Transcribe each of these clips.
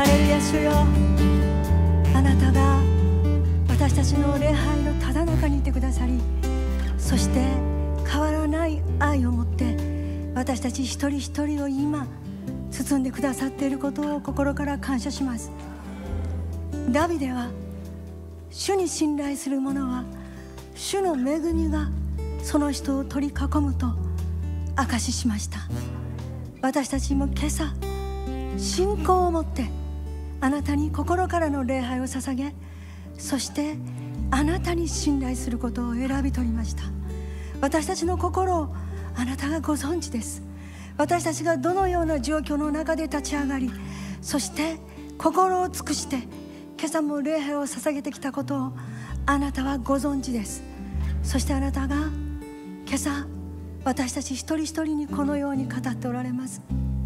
ハレルヤ主よ、あなたが私たちの礼拝のただ中にいてくださり、そして変わらない愛を持って私たち一人一人を今包んでくださっていることを心から感謝します。ダビデは主に信頼する者は主の恵みがその人を取り囲むと証ししました。私たちも今朝信仰を持ってあなたに心からの礼拝を捧げ、そしてあなたに信頼することを選び取りました。私たちの心をあなたがご存知です。私たちがどのような状況の中で立ち上がり、そして心を尽くして今朝も礼拝を捧げてきたことをあなたはご存知です。そしてあなたが今朝私たち一人一人にこのように語っておられます。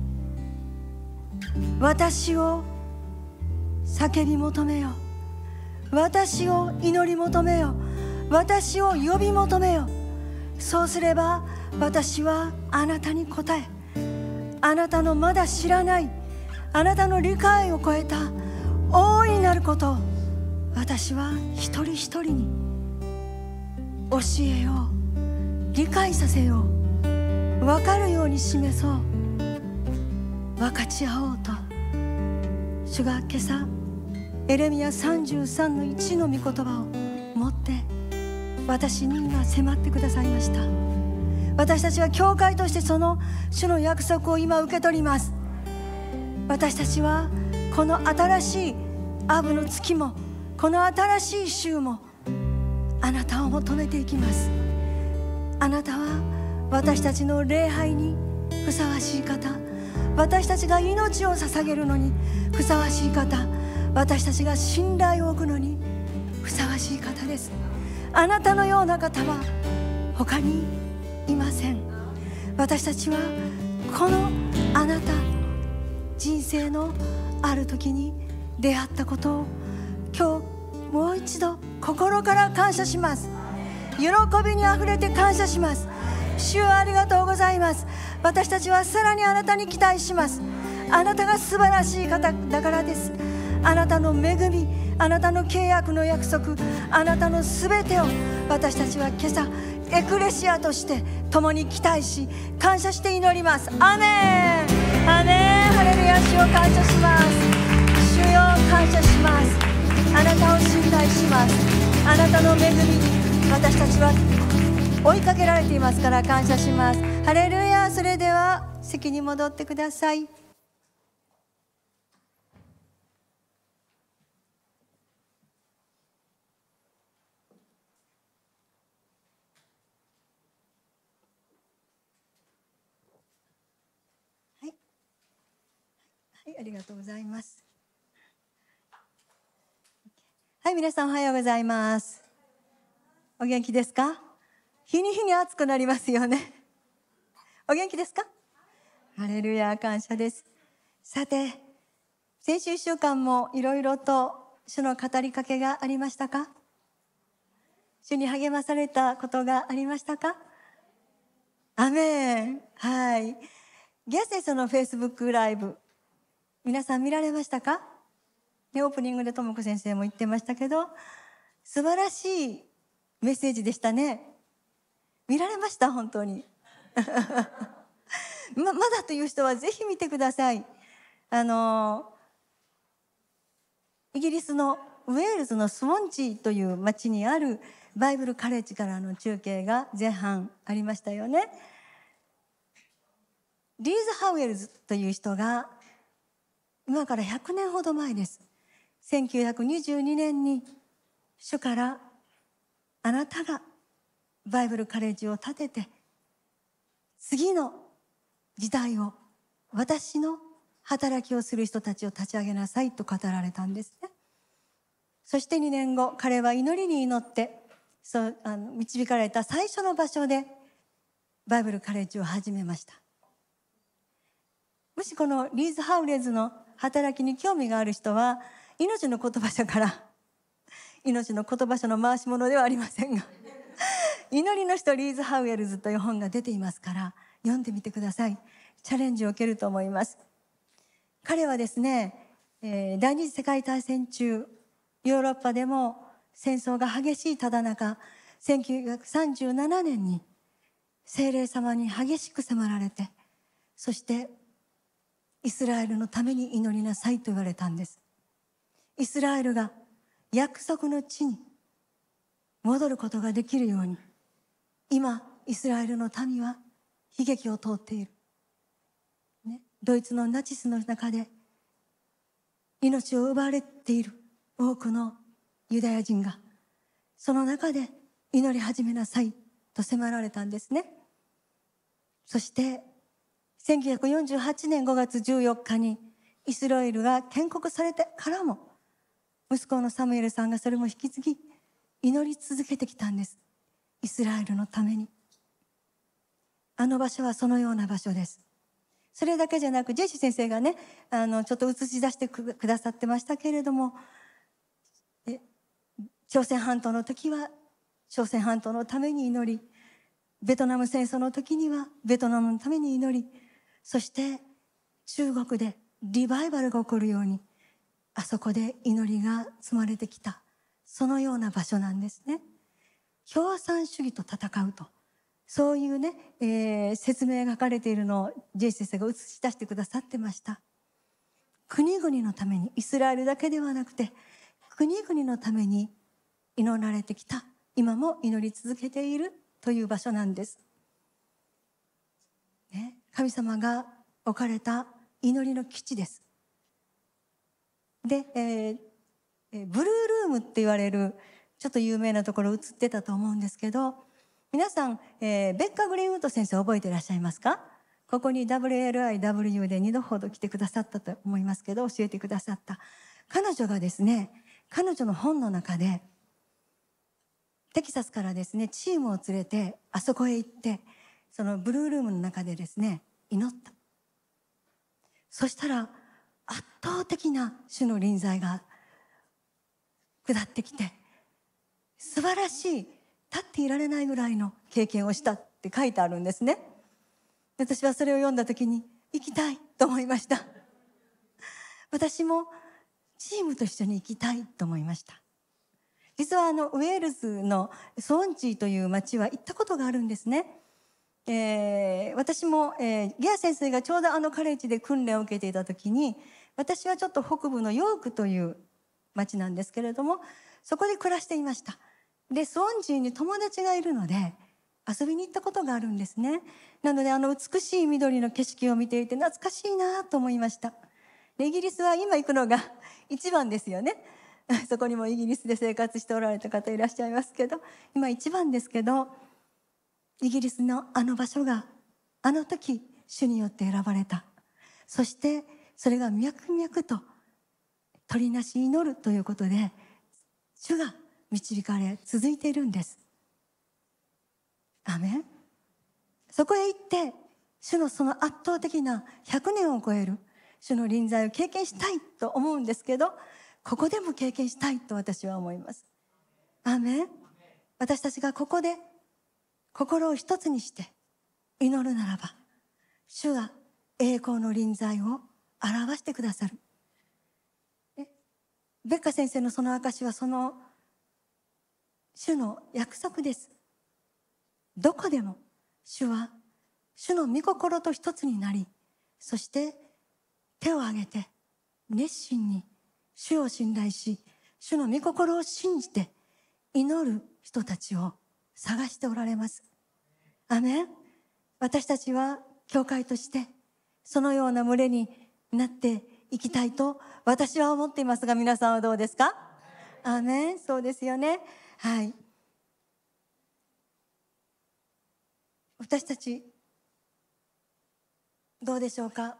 私を叫び求めよ、私を祈り求めよ、私を呼び求めよ。そうすれば私はあなたに答え、あなたのまだ知らない、あなたの理解を超えた大いなることを私は一人一人に教えよう、理解させよう、分かるように示そう、分かち合おうと主が今朝エレミヤ33の1の御言葉を持って私に今迫ってくださいました。私たちは教会としてその主の約束を今受け取ります。私たちはこの新しいアブの月もこの新しい週もあなたを求めていきます。あなたは私たちの礼拝にふさわしい方、私たちが命を捧げるのにふさわしい方、私たちが信頼を置くのにふさわしい方です。あなたのような方は他にいません。私たちはこのあなた、人生のある時に出会ったことを今日もう一度心から感謝します。喜びにあふれて感謝します。主よありがとうございます。私たちはさらにあなたに期待します。あなたが素晴らしい方だからです。あなたの恵み、あなたの契約の約束、あなたのすべてを私たちは今朝エクレシアとして共に期待し感謝して祈ります。アメンアメン。ハレルヤ。主を感謝します。主よ感謝します。あなたを信頼します。あなたの恵みに私たちは追いかけられていますから感謝します。ハレルヤ。それでは席に戻ってください。ありがとうございます。はい、皆さんおはようございます。お元気ですか？日に日に暑くなりますよね。お元気ですか？ハレルヤ、感謝です。さて、先週1週間もいろいろと主の語りかけがありましたか？主に励まされたことがありましたか？アメン。はい。ギャセスのフェイスブックライブ、皆さん見られましたか？オープニングでともこ先生も言ってましたけど、素晴らしいメッセージでしたね。見られました？本当にまだという人はぜひ見てください。イギリスのウェールズのスウォンチーという町にあるバイブルカレッジからの中継が前半ありましたよね。リーズ・ハウエルズという人が今から100年ほど前です。1922年に主からあなたがバイブルカレッジを建てて次の時代を私の働きをする人たちを立ち上げなさいと語られたんですね。そして2年後、彼は祈りに祈って導かれた最初の場所でバイブルカレッジを始めました。もしこのリーズ・ハウレズの働きに興味がある人は、命の言葉書から命の言葉書の回し物ではありませんが祈りの人リーズ・ハウエルズという本が出ていますから読んでみてください。チャレンジを受けると思います。彼はですね、 第二次世界大戦中、ヨーロッパでも戦争が激しいただ中、1937年に聖霊様に激しく迫られて、そしてイスラエルのために祈りなさいと言われたんです。イスラエルが約束の地に戻ることができるように、今イスラエルの民は悲劇を通っている、ドイツのナチスの中で命を奪われている多くのユダヤ人が、その中で祈り始めなさいと迫られたんですね。そして1948年5月14日にイスラエルが建国されてからも、息子のサムエルさんがそれも引き継ぎ祈り続けてきたんです。イスラエルのために。あの場所はそのような場所です。それだけじゃなく、ジェシー先生がね、ちょっと映し出してくださってましたけれども、朝鮮半島の時は朝鮮半島のために祈り、ベトナム戦争の時にはベトナムのために祈り、そして中国でリバイバルが起こるように、あそこで祈りが積まれてきた、そのような場所なんですね。共産主義と戦うと、そういうね、説明が書かれているのをジェイ先生が映し出してくださってました。国々のために、イスラエルだけではなくて国々のために祈られてきた、今も祈り続けているという場所なんです、ね、神様が置かれた祈りの基地です。で、ブルールームって言われるちょっと有名なところ映ってたと思うんですけど、皆さん、ベッカ・グリーンウッド先生覚えていらっしゃいますか？ここに WLIW で2度ほど来てくださったと思いますけど、教えてくださった彼女がですね、彼女の本の中でテキサスからですね、チームを連れてあそこへ行って、そのブルールームの中でですね祈った。そしたら圧倒的な主の臨在が下ってきて、素晴らしい、立っていられないぐらいの経験をしたって書いてあるんですね。私はそれを読んだ時に行きたいと思いました。私もチームと一緒に行きたいと思いました。実はウェールズのソーンチーという町は行ったことがあるんですね。私も、ゲア先生がちょうどカレッジで訓練を受けていた時に、私はちょっと北部のヨークという町なんですけれども、そこで暮らしていました。で、ソーンチーに友達がいるので遊びに行ったことがあるんですね。なので美しい緑の景色を見ていて懐かしいなと思いました。で、イギリスは今行くのが一番ですよね。そこにもイギリスで生活しておられた方いらっしゃいますけど、今一番ですけど、イギリスのあの場所があの時主によって選ばれた。そしてそれが脈々と取りなし祈るということで、主が導かれ続いているんです。アメン。そこへ行って主のその圧倒的な100年を超える主の臨在を経験したいと思うんですけど、ここでも経験したいと私は思います。アメン。私たちがここで心を一つにして祈るならば、主が栄光の臨在を表してくださる。ベッカ先生のその証はその主の約束です。どこでも主は主の御心と一つになり、そして手を挙げて熱心に主を信頼し、主の御心を信じて祈る人たちを探しておられます。アメン。私たちは教会としてそのような群れになっていきたいと私は思っていますが、皆さんはどうですか？アメン。そうですよね。はい。私たちどうでしょうか？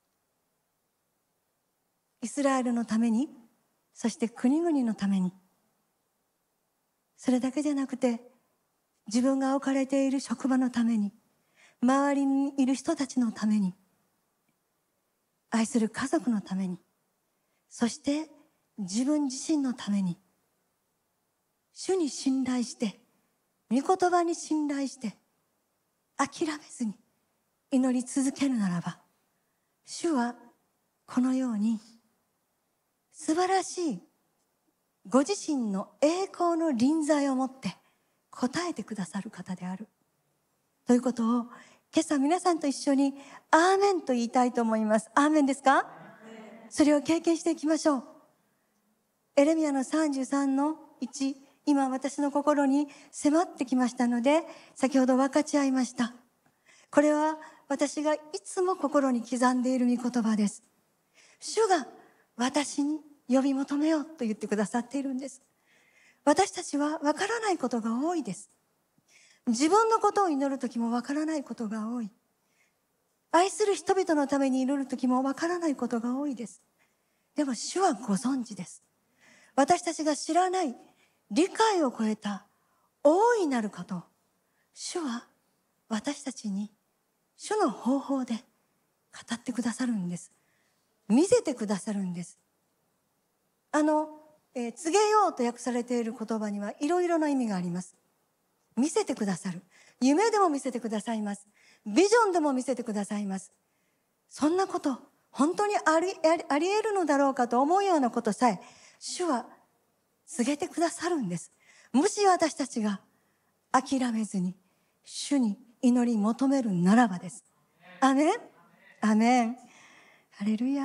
イスラエルのために、そして国々のために、それだけじゃなくて自分が置かれている職場のために、周りにいる人たちのために、愛する家族のために、そして自分自身のために、主に信頼して、御言葉に信頼して諦めずに祈り続けるならば、主はこのように素晴らしいご自身の栄光の臨在を持って答えてくださる方であるということを今朝皆さんと一緒にアーメンと言いたいと思います。アーメンですか？それを経験していきましょう。エレミヤの33の1、今私の心に迫ってきましたので先ほど分かち合いました。これは私がいつも心に刻んでいる御言葉です。主が私に呼び求めようと言ってくださっているんです。私たちは分からないことが多いです。自分のことを祈るときも分からないことが多い。愛する人々のために祈るときも分からないことが多いです。でも主はご存知です。私たちが知らない理解を超えた大いなることを主は私たちに主の方法で語ってくださるんです。見せてくださるんです。告げようと訳されている言葉にはいろいろな意味があります。見せてくださる。夢でも見せてくださいます。ビジョンでも見せてくださいます。そんなこと本当にあり得るのだろうかと思うようなことさえ主は告げてくださるんです。もし私たちが諦めずに主に祈り求めるならばです。アメン、アメン、ハレルヤ。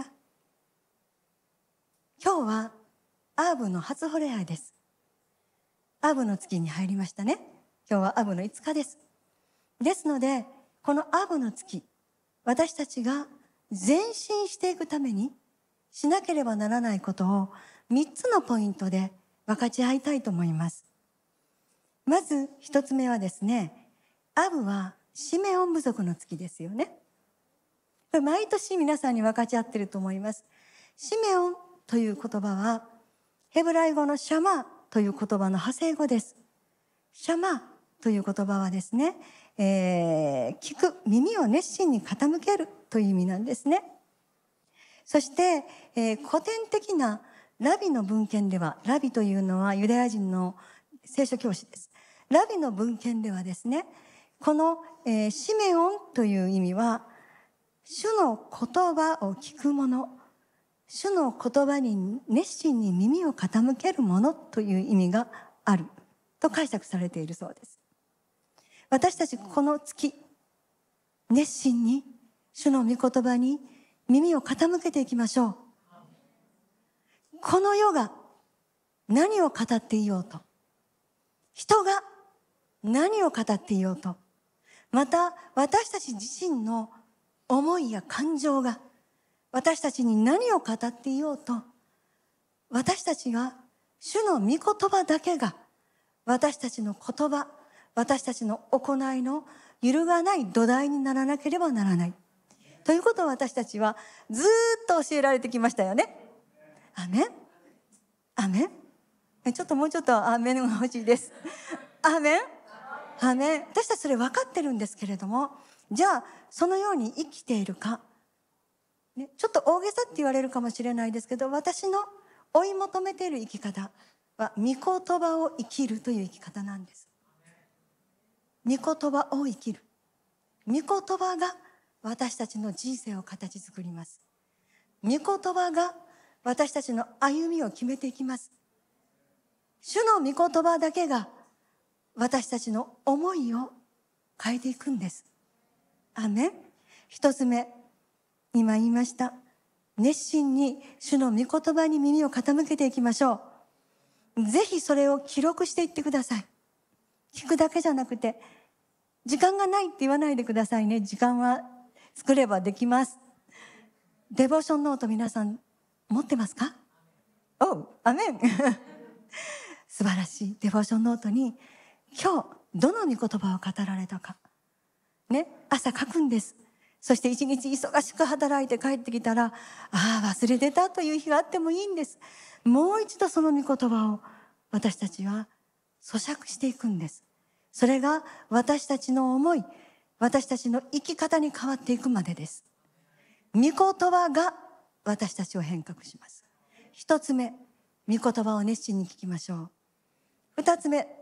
今日はアーブの初ホレアです。アーブの月に入りましたね。今日はアーブの5日です。ですのでこのアーブの月、私たちが前進していくためにしなければならないことを3つのポイントで分かち合いたいと思います。まず1つ目はですね、アブはシメオン部族の月ですよね。これ毎年皆さんに分かち合っていると思います。シメオンという言葉はヘブライ語のシャマという言葉の派生語です。シャマという言葉はですね、聞く、耳を熱心に傾けるという意味なんですね。そして、古典的なラビの文献では、ラビというのはユダヤ人の聖書教師です。ラビの文献ではですね、この、シメオンという意味は主の言葉を聞く者、主の言葉に熱心に耳を傾ける者という意味があると解釈されているそうです。私たちこの月、熱心に主の御言葉に耳を傾けていきましょう。この世が何を語っていようと、人が何を語っていようと、また私たち自身の思いや感情が私たちに何を語っていようと、私たちが主の御言葉だけが私たちの言葉、私たちの行いの揺るがない土台にならなければならないということを私たちはずっと教えられてきましたよね。アメン、アメン。ちょっともうちょっとアメンが欲しいです。アメン、アメン。私たちそれ分かってるんですけれども、じゃあそのように生きているか、ね、ちょっと大げさって言われるかもしれないですけど、私の追い求めている生き方は御言葉を生きるという生き方なんです。御言葉を生きる。御言葉が私たちの人生を形作ります。御言葉が私たちの歩みを決めていきます。主の御言葉だけが私たちの思いを変えていくんです。アメン。一つ目、今言いました。熱心に主の御言葉に耳を傾けていきましょう。ぜひそれを記録していってください。聞くだけじゃなくて、時間がないって言わないでくださいね。時間は作ればできます。デボーションノート皆さん持ってますか？おう、アメン。素晴らしい。デボーションノートに今日どの御言葉を語られたか、ね、朝書くんです。そして一日忙しく働いて帰ってきたら、忘れてたという日があってもいいんです。もう一度その御言葉を私たちは咀嚼していくんです。それが私たちの思い、私たちの生き方に変わっていくまでです。御言葉が私たちを変革します。一つ目、御言葉を熱心に聞きましょう。二つ目、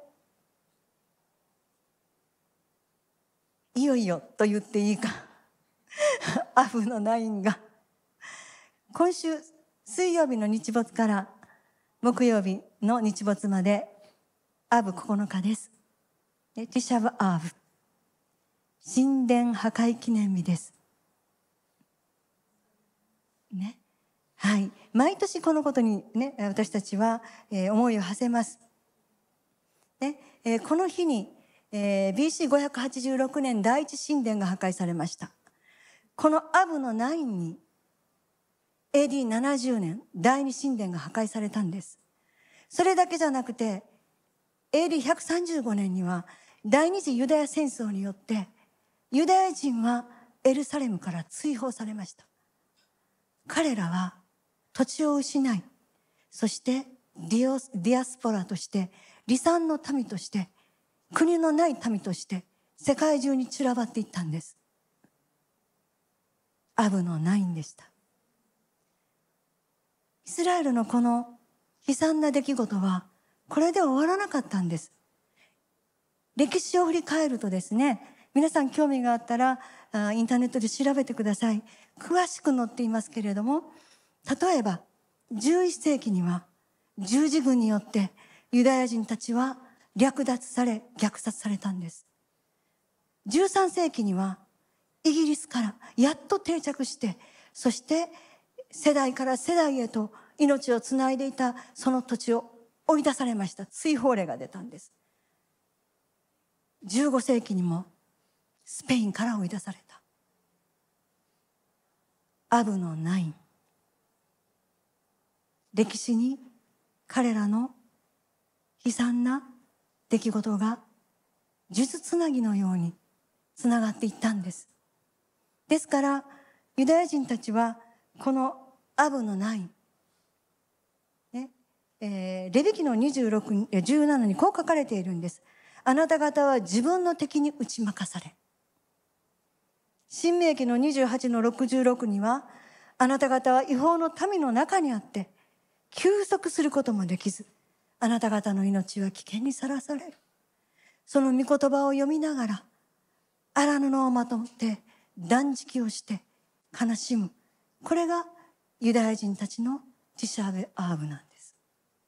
いよいよと言っていいかアブのナインが今週水曜日の日没から木曜日の日没までアブ9日です。ティシャブアブ、神殿破壊記念日です。ね。はい。毎年このことにね、私たちは思いを馳せます。ね。この日に、BC586 年第一神殿が破壊されました。このアブの9に AD70 年第二神殿が破壊されたんです。それだけじゃなくて AD135 年には第二次ユダヤ戦争によってユダヤ人はエルサレムから追放されました。彼らは土地を失い、そしてディアスポラとして、離散の民として、国のない民として世界中に散らばっていったんです。アブの9でした。イスラエルのこの悲惨な出来事はこれで終わらなかったんです。歴史を振り返るとですね、皆さん興味があったらインターネットで調べてください。詳しく載っていますけれども、例えば11世紀には十字軍によってユダヤ人たちは略奪され虐殺されたんです。13世紀にはイギリスからやっと定着して、そして世代から世代へと命をつないでいたその土地を追い出されました。追放令が出たんです。15世紀にもスペインから追い出された。アブの9。歴史に彼らの悲惨な出来事が数珠つなぎのようにつながっていったんです。ですからユダヤ人たちはこのアブの9、ねレビ記の26、17にこう書かれているんです。あなた方は自分の敵に打ち負かされ。申命記の28の66には、あなた方は違法の民の中にあって休息することもできず、あなた方の命は危険にさらされる。その御言葉を読みながら荒布をまとって断食をして悲しむ。これがユダヤ人たちのティシャベアーブなんです。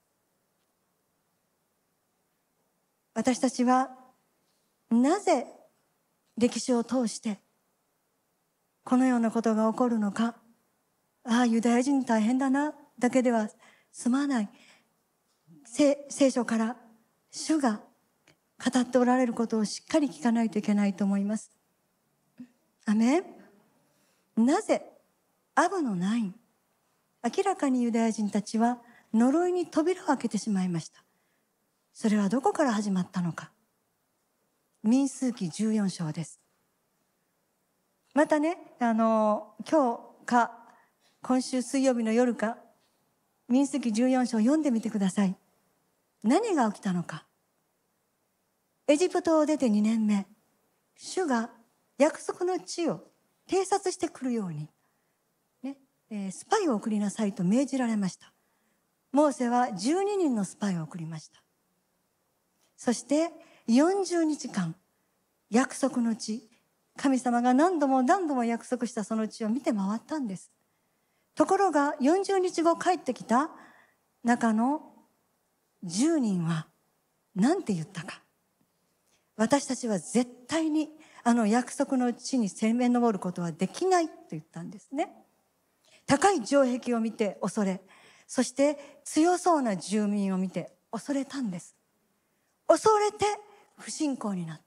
私たちはなぜ歴史を通してこのようなことが起こるのか。ああ、ユダヤ人大変だなだけでは済まない。聖書から主が語っておられることをしっかり聞かないといけないと思います。アメン。なぜアブの9、明らかにユダヤ人たちは呪いに扉を開けてしまいました。それはどこから始まったのか。民数記14章です。またね、今日か今週水曜日の夜か民数記14章を読んでみてください。何が起きたのか。エジプトを出て2年目、主が約束の地を偵察してくるように、スパイを送りなさいと命じられました。モーセは12人のスパイを送りました。そして40日間約束の地、神様が何度も何度も約束したその地を見て回ったんです。ところが40日後帰ってきた中の10人は何て言ったか。私たちは絶対にあの約束の地に攻め上ることはできないと言ったんですね。高い城壁を見て恐れ、そして強そうな住民を見て恐れたんです。恐れて不信仰になって、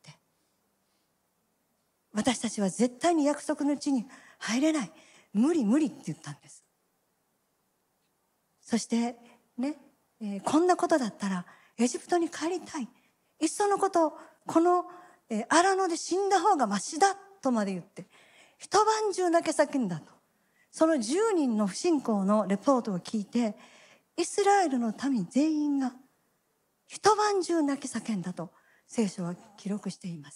私たちは絶対に約束の地に入れない、無理無理って言ったんです。そしてね、こんなことだったらエジプトに帰りたい、いっそのことこの荒野で死んだ方がましだとまで言って一晩中泣け叫んだと。その10人の不信仰のレポートを聞いて、イスラエルの民全員が一晩中泣き叫んだと聖書は記録しています。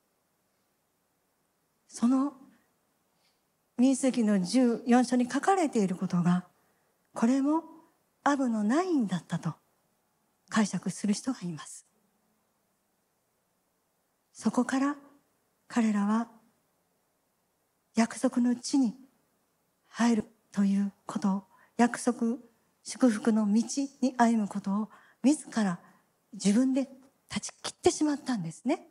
その民数記の14章に書かれていることが、これもアブの9だったと解釈する人がいます。そこから彼らは約束の地に入るということを約束、祝福の道に歩むことを自ら自分で断ち切ってしまったんですね。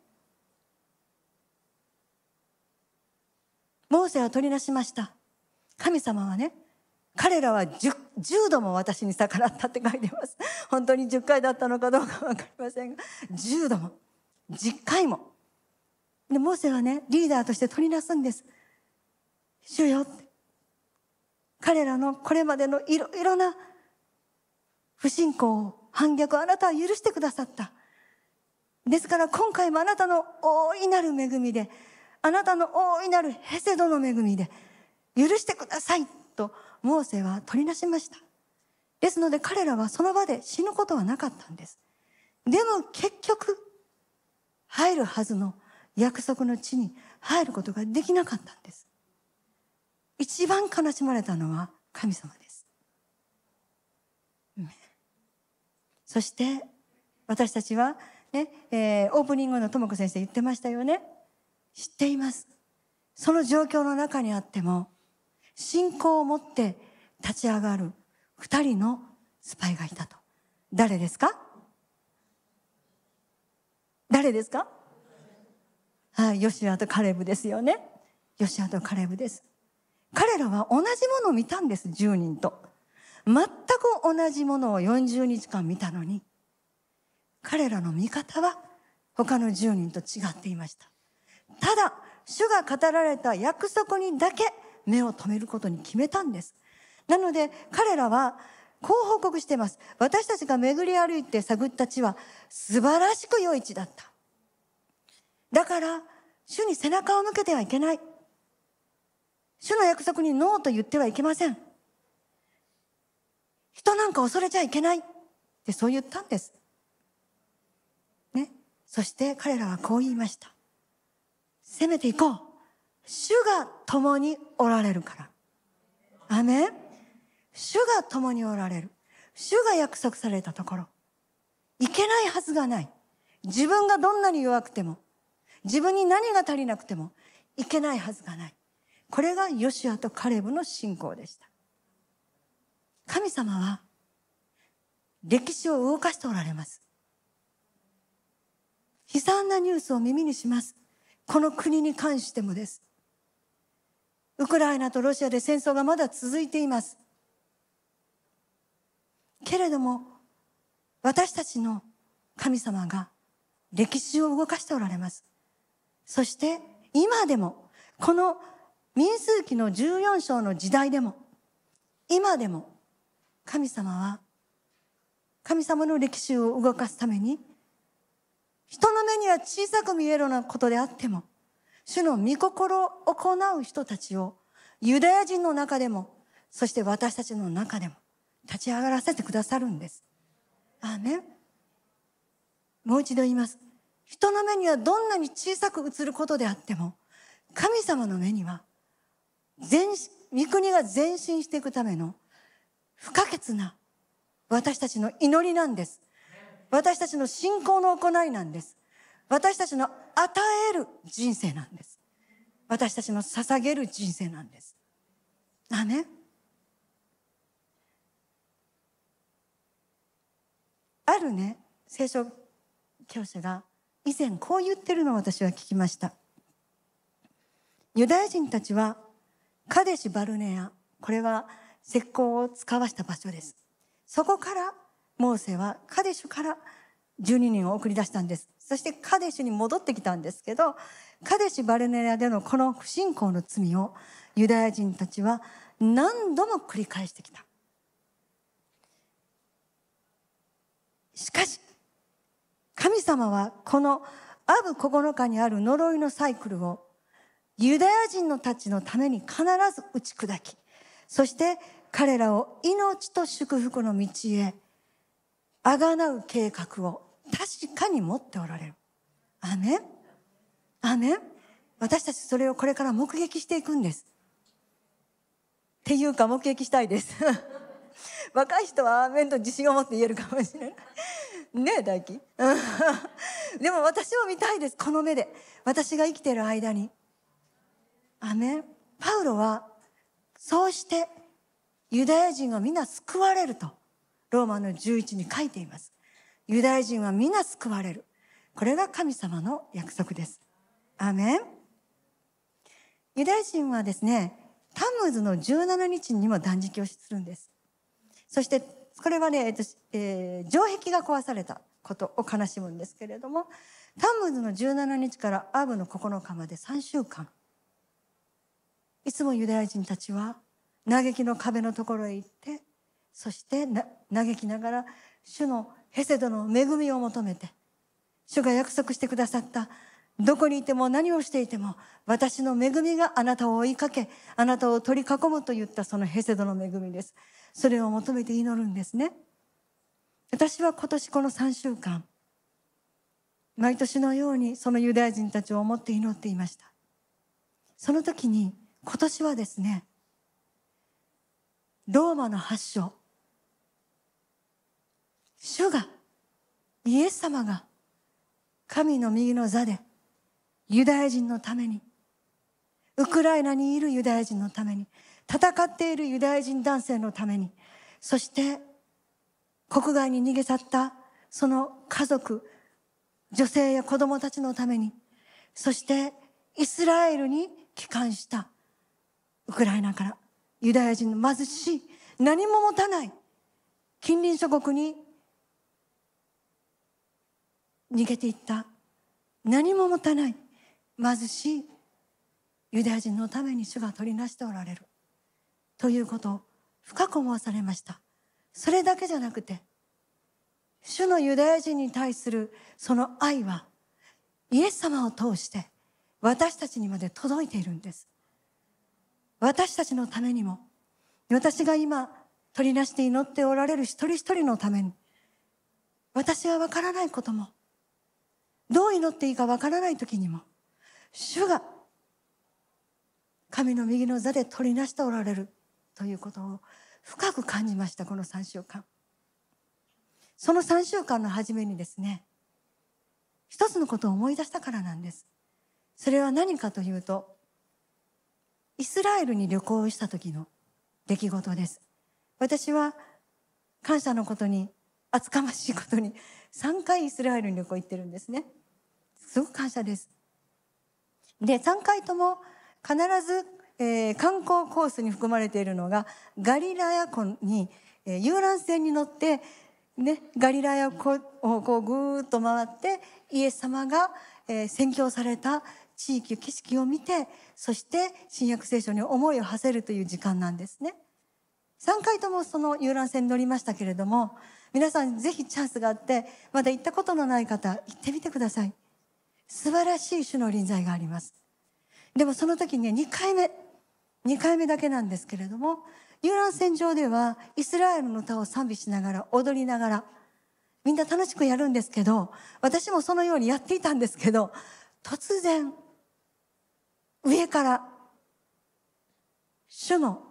モーセは取りなしました。神様はね、彼らは 10度も私に逆らったって書いてます。本当に10回だったのかどうか分かりませんが、10度も10回も。でモーセはね、リーダーとして取りなすんです。主よって、彼らのこれまでのいろいろな不信仰、反逆をあなたは許してくださった。ですから今回もあなたの大いなる恵みで、あなたの大いなるヘセドの恵みで許してくださいとモーセは取りなしました。ですので彼らはその場で死ぬことはなかったんです。でも結局入るはずの約束の地に入ることができなかったんです。一番悲しまれたのは神様です。そして私たちはね、オープニングのとも子先生言ってましたよね。知っています。その状況の中にあっても信仰を持って立ち上がる2人のスパイがいたと。誰ですか？誰ですか？はい、ヨシュアとカレブですよね。ヨシュアとカレブです。彼らは同じものを見たんです。10人と全く同じものを40日間見たのに、彼らの見方は他の10人と違っていました。ただ主が語られた約束にだけ目を留めることに決めたんです。なので彼らはこう報告しています。私たちが巡り歩いて探った地は素晴らしく良い地だった。だから主に背中を向けてはいけない。主の約束にノーと言ってはいけません。人なんか恐れちゃいけないってそう言ったんです、ね、そして彼らはこう言いました。攻めていこう。主が共におられるから。アメン。主が共におられる。主が約束されたところ、いけないはずがない。自分がどんなに弱くても、自分に何が足りなくてもいけないはずがない。これがヨシュアとカレブの信仰でした。神様は歴史を動かしておられます。悲惨なニュースを耳にします。この国に関してもです。ウクライナとロシアで戦争がまだ続いています。けれども私たちの神様が歴史を動かしておられます。そして今でもこの民数記の14章の時代でも、今でも神様は神様の歴史を動かすために、人の目には小さく見えるようなことであっても主の御心を行う人たちをユダヤ人の中でも、そして私たちの中でも立ち上がらせてくださるんです。アーメン。もう一度言います。人の目にはどんなに小さく映ることであっても、神様の目には御国が前進していくための不可欠な私たちの祈りなんです。私たちの信仰の行いなんです。私たちの与える人生なんです。私たちの捧げる人生なんです。アーメン。あるね、聖書教師が以前こう言ってるのを私は聞きました。ユダヤ人たちはカデシュバルネア、これは石膏を使わした場所です。そこからモーセはカデシュから12人を送り出したんです。そしてカデシュに戻ってきたんですけど、カデシュバルネアでのこの不信仰の罪をユダヤ人たちは何度も繰り返してきた。しかし神様はこのアブ9日にある呪いのサイクルをユダヤ人のたちのために必ず打ち砕き、そして彼らを命と祝福の道へあがなう計画を確かに持っておられる。アーメン。アーメン。私たちそれをこれから目撃していくんです。っていうか目撃したいです若い人はアーメンと自信を持って言えるかもしれないねえ大輝でも私も見たいです。この目で私が生きている間に。アーメン。パウロはそうしてユダヤ人は皆救われるとローマの11に書いています。ユダヤ人は皆救われる。これが神様の約束です。アーメン。ユダヤ人はですね、タムズの17日にも断食をするんです。そしてこれはね、城壁が壊されたことを悲しむんですけれども、タムズの17日からアブの9日まで3週間、いつもユダヤ人たちは嘆きの壁のところへ行って、そして嘆きながら主のヘセドの恵みを求めて、主が約束してくださったどこにいても何をしていても私の恵みがあなたを追いかけ、あなたを取り囲むといったそのヘセドの恵みです。それを求めて祈るんですね。私は今年この3週間、毎年のようにそのユダヤ人たちを思って祈っていました。その時に今年はですね、ローマの8章、主が、イエス様が神の右の座でユダヤ人のために、ウクライナにいるユダヤ人のために、戦っているユダヤ人男性のために、そして国外に逃げ去ったその家族、女性や子供たちのために、そしてイスラエルに帰還したウクライナからユダヤ人の貧しい、何も持たない近隣諸国に逃げていった、何も持たない貧しいユダヤ人のために主が取りなしておられるということを深く思わされました。それだけじゃなくて、主のユダヤ人に対するその愛はイエス様を通して私たちにまで届いているんです。私たちのためにも、私が今取りなして祈っておられる一人一人のために、私は分からないことも、どう祈っていいか分からない時にも、主が神の右の座で取りなしておられるということを深く感じました。この3週間、その3週間の初めにですね、一つのことを思い出したからなんです。それは何かというと、イスラエルに旅行した時の出来事です。私は感謝のことに、厚かましいことに3回イスラエルに旅行行ってるんですね。すごく感謝です。で、3回とも必ず、観光コースに含まれているのが、ガリラヤ湖に、遊覧船に乗って、ね、ガリラヤ湖をこうぐーっと回ってイエス様が、宣教された地域、景色を見て、そして新約聖書に思いを馳せるという時間なんですね。3回ともその遊覧船に乗りましたけれども、皆さんぜひチャンスがあってまだ行ったことのない方、行ってみてください。素晴らしい主の臨在があります。でもその時に2回目だけなんですけれども、遊覧船上ではイスラエルの歌を賛美しながら、踊りながらみんな楽しくやるんですけど、私もそのようにやっていたんですけど、突然上から主の、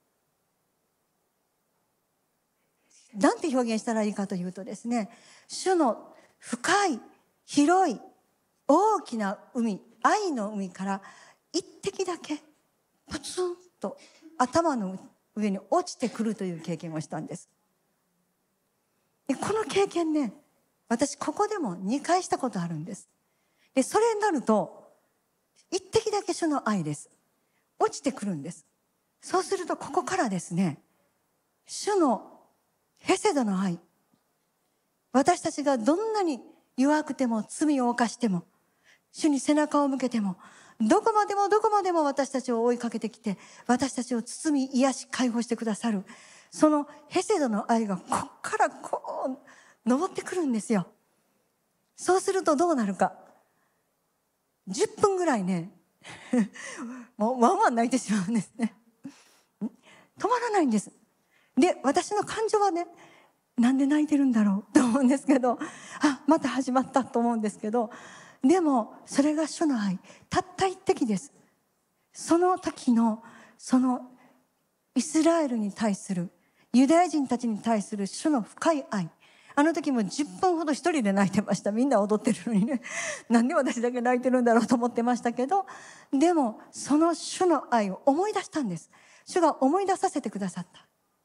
なんて表現したらいいかというとですね、主の深い広い大きな海、愛の海から一滴だけポツンと頭の上に落ちてくるという経験をしたんです。でこの経験ね、私ここでも2回したことあるんです。でそれになると一滴だけ主の愛です。落ちてくるんです。そうするとここからですね、主のヘセドの愛、私たちがどんなに弱くても罪を犯しても、主に背中を向けても、どこまでも私たちを追いかけてきて、私たちを包み癒し解放してくださる、そのヘセドの愛がこっからこう登ってくるんですよ。そうするとどうなるか、10分ぐらいねもうワンワン泣いてしまうんですね。止まらないんです。で私の感情はね、なんで泣いてるんだろうと思うんですけど、また始まったと思うんですけど、でもそれが主の愛、たった一滴です。その時のそのイスラエルに対する、ユダヤ人たちに対する主の深い愛、あの時も10分ほど一人で泣いてました。みんな踊ってるのにね、なんで私だけ泣いてるんだろうと思ってましたけど、でもその主の愛を思い出したんです。主が思い出させてくださった。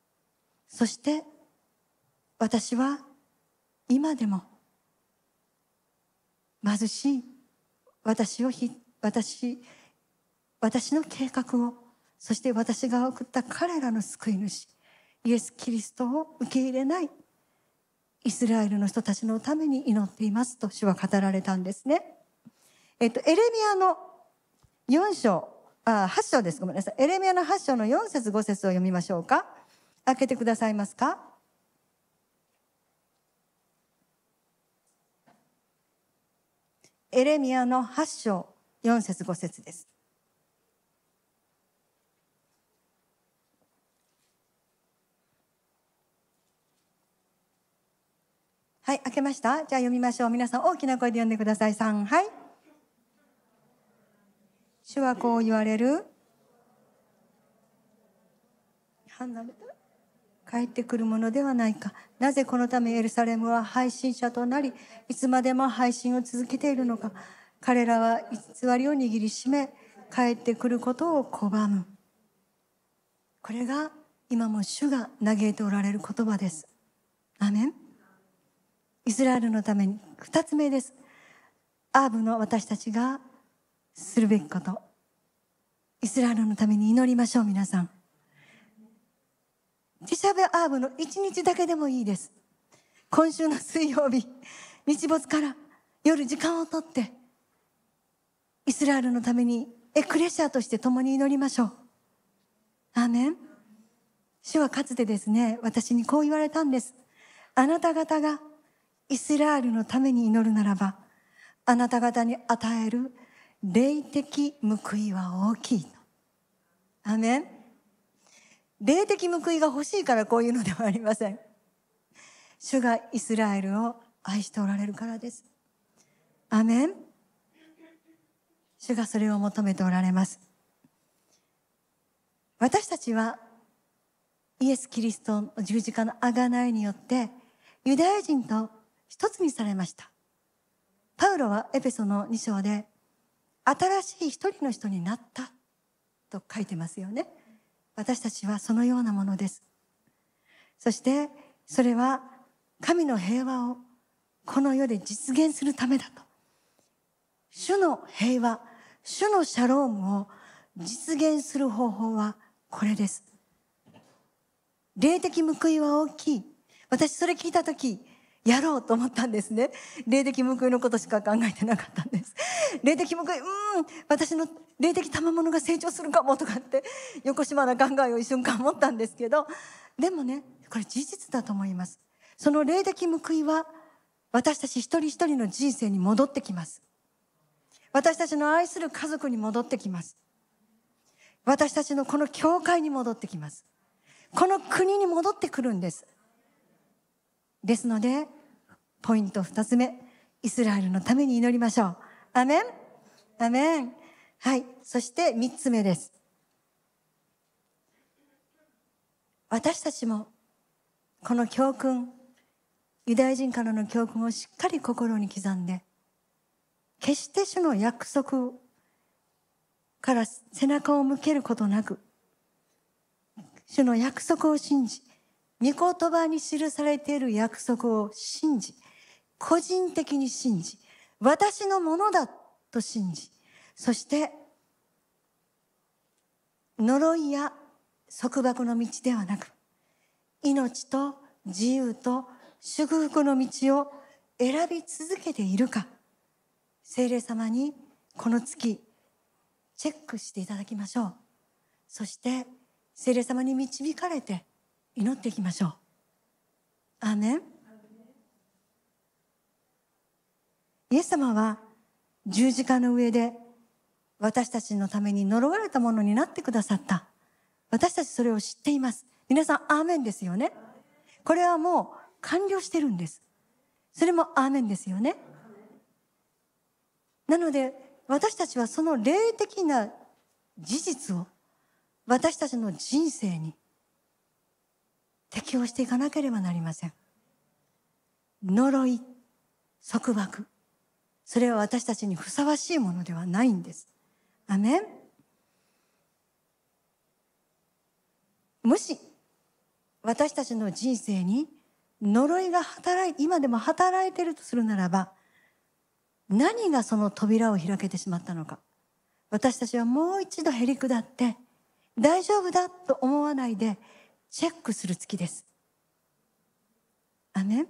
そして私は今でも貧しい私の計画を、そして私が送った彼らの救い主イエス・キリストを受け入れないイスラエルの人たちのために祈っていますと主は語られたんですね。エレミアの8章です。ごめんなさい。エレミアの8章の4節5節を読みましょうか。開けてくださいますか。エレミアの8章4節5節です。はい、開けました。じゃあ読みましょう。皆さん大きな声で読んでください。3、はい。主はこう言われる。離れた。帰ってくるものではないか。なぜこのためエルサレムは配信者となり、いつまでも配信を続けているのか。彼らは偽りを握りしめ、帰ってくることを拒む。これが今も主が嘆いておられる言葉です。アーメン。イスラエルのために2つ目です。アーブの私たちがするべきこと。イスラエルのために祈りましょう。皆さん、ティシャベアーブの1日だけでもいいです。今週の水曜日、日没から夜時間をとってイスラエルのためにエクレシアとして共に祈りましょう。アーメン。主はかつてですね、私にこう言われたんです。あなた方がイスラエルのために祈るならば、あなた方に与える霊的報いは大きいと。アーメン。霊的報いが欲しいからこういうのではありません。主がイスラエルを愛しておられるからです。アーメン。主がそれを求めておられます。私たちはイエス・キリストの十字架の贖いによってユダヤ人と一つにされました。パウロはエペソの2章で新しい一人の人になったと書いてますよね。私たちはそのようなものです。そしてそれは神の平和をこの世で実現するためだと。主の平和、主のシャロームを実現する方法はこれです。霊的報いは大きい。私それ聞いたときやろうと思ったんですね。霊的報いのことしか考えてなかったんです。霊的報い、私の霊的賜物が成長するかもとかって横島な考えを一瞬間持ったんですけど、でもね、これ事実だと思います。その霊的報いは私たち一人一人の人生に戻ってきます。私たちの愛する家族に戻ってきます。私たちのこの教会に戻ってきます。この国に戻ってくるんです。ですのでポイント2つ目、イスラエルのために祈りましょう。アメン、アメン。はい。そして3つ目です。私たちもこの教訓、ユダヤ人からの教訓をしっかり心に刻んで、決して主の約束から背中を向けることなく、主の約束を信じ、御言葉に記されている約束を信じ、個人的に信じ、私のものだと信じ、そして呪いや束縛の道ではなく、命と自由と祝福の道を選び続けているか、聖霊様にこの月チェックしていただきましょう。そして聖霊様に導かれて祈っていきましょう。アーメン。イエス様は十字架の上で私たちのために呪われたものになってくださった。私たちそれを知っています。皆さんアーメンですよね。これはもう完了してるんです。それもアーメンですよね。なので私たちはその霊的な事実を私たちの人生に適応していかなければなりません。呪い、束縛、それは私たちにふさわしいものではないんです。アメン。もし私たちの人生に呪いが今でも働いているとするならば、何がその扉を開けてしまったのか。私たちはもう一度へり下って大丈夫だと思わないでチェックする月です。アメン。